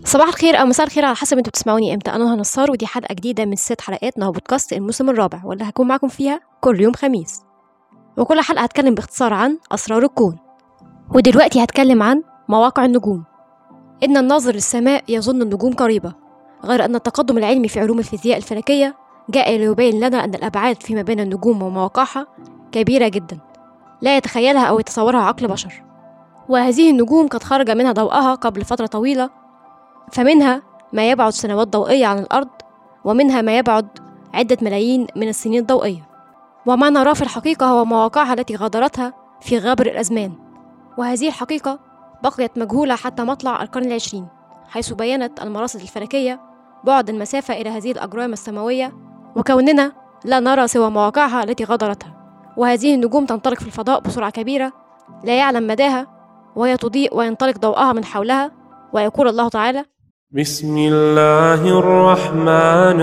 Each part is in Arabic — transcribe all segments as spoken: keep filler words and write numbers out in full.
صباح الخير أو مساء الخير على حسب انتوا بتسمعوني امتى. أنا نهى نصار ودي حلقة جديدة من ست حلقات نهى بودكاست الموسم الرابع، واللي هكون معاكم فيها كل يوم خميس. وكل حلقة هتكلم باختصار عن أسرار الكون. ودلوقتي هتكلم عن مواقع النجوم. إن الناظر للسماء يظن النجوم قريبة، غير أن التقدم العلمي في علوم الفيزياء الفلكية جاء ليبين لنا أن الأبعاد فيما بين النجوم ومواقعها كبيرة جدا لا يتخيلها أو يتصورها عقل بشر. وهذه النجوم قد خرج منها ضوءها قبل فترة طويلة، فمنها ما يبعد سنوات ضوئية عن الأرض، ومنها ما يبعد عدة ملايين من السنين الضوئية. وما نراه في الحقيقة هو مواقعها التي غادرتها في غابر الأزمان، وهذه الحقيقة بقيت مجهولة حتى مطلع القرن العشرين، حيث بيّنت المراصد الفلكية بعد المسافة إلى هذه الأجرام السماوية، وكوننا لا نرى سوى مواقعها التي غادرتها. وهذه النجوم تنطلق في الفضاء بسرعة كبيرة لا يعلم مداها، وهي تضيء وينطلق ضوءها من حولها. ويقول الله تعالى: بسم الله الرحمن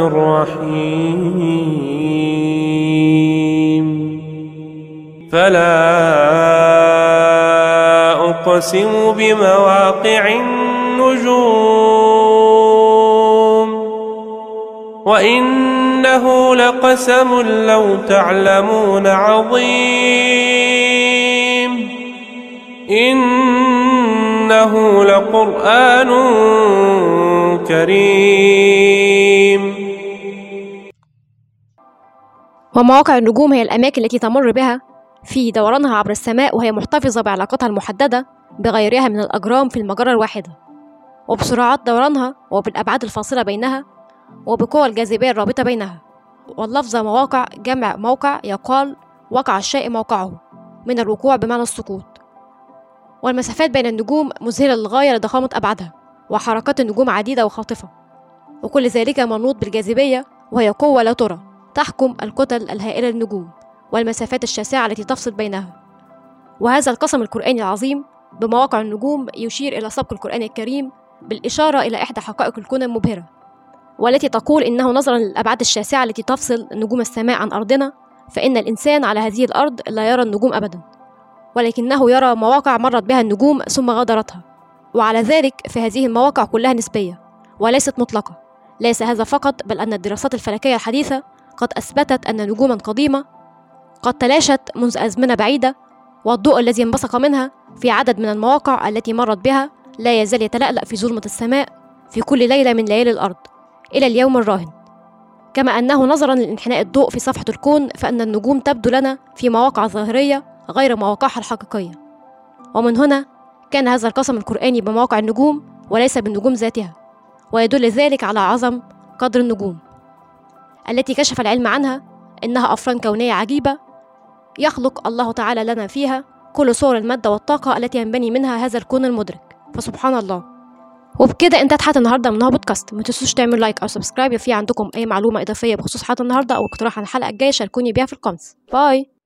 الرحيم. فلا أقسم بمواقع النجوم وإنه لقسم لو تعلمون عظيم. إنه لقرآن كريم. ومواقع النجوم هي الأماكن التي تمر بها في دورانها عبر السماء، وهي محتفظة بعلاقتها المحددة بغيرها من الأجرام في المجرة الواحدة، وبسرعات دورانها، وبالأبعاد الفاصلة بينها، وبقوى الجاذبية الرابطة بينها. واللفظ مواقع جمع موقع، يقال وقع الشيء موقعه، من الوقوع بمعنى السقوط. والمسافات بين النجوم مذهلة للغاية لضخامة أبعادها، وحركات النجوم عديدة وخاطفة، وكل ذلك منوط بالجاذبية، وهي قوة لا ترى تحكم الكتل الهائلة للنجوم والمسافات الشاسعة التي تفصل بينها. وهذا القسم القرآني العظيم بمواقع النجوم يشير إلى سبق القرآن الكريم بالإشارة إلى إحدى حقائق الكون المبهرة، والتي تقول إنه نظرا للأبعاد الشاسعة التي تفصل نجوم السماء عن أرضنا، فإن الإنسان على هذه الأرض لا يرى النجوم أبدا، ولكنه يرى مواقع مرت بها النجوم ثم غادرتها. وعلى ذلك فهذه المواقع كلها نسبية وليست مطلقة. ليس هذا فقط، بل أن الدراسات الفلكية الحديثة قد أثبتت أن نجوما قديمة قد تلاشت منذ أزمنة بعيدة، والضوء الذي انبثق منها في عدد من المواقع التي مرت بها لا يزال يتلألأ في ظلمة السماء في كل ليلة من ليالي الأرض إلى اليوم الراهن. كما أنه نظرا لانحناء الضوء في صفحة الكون، فإن النجوم تبدو لنا في مواقع ظاهرية غير مواقعها الحقيقية. ومن هنا كان هذا القسم القرآني بمواقع النجوم وليس بالنجوم ذاتها، ويدل ذلك على عظم قدر النجوم التي كشف العلم عنها إنها أفران كونية عجيبة يخلق الله تعالى لنا فيها كل صور المادة والطاقة التي ينبني منها هذا الكون المدرك. فسبحان الله. وبكده انتهت حلقة النهارده من نهى بودكاست. ما تنسوش تعملوا لايك او سبسكرايب لو في عندكم اي معلومة اضافية بخصوص حلقة النهارده او اقتراح عن الحلقة الجاية، شاركوني بيها في الكومنتس. باي.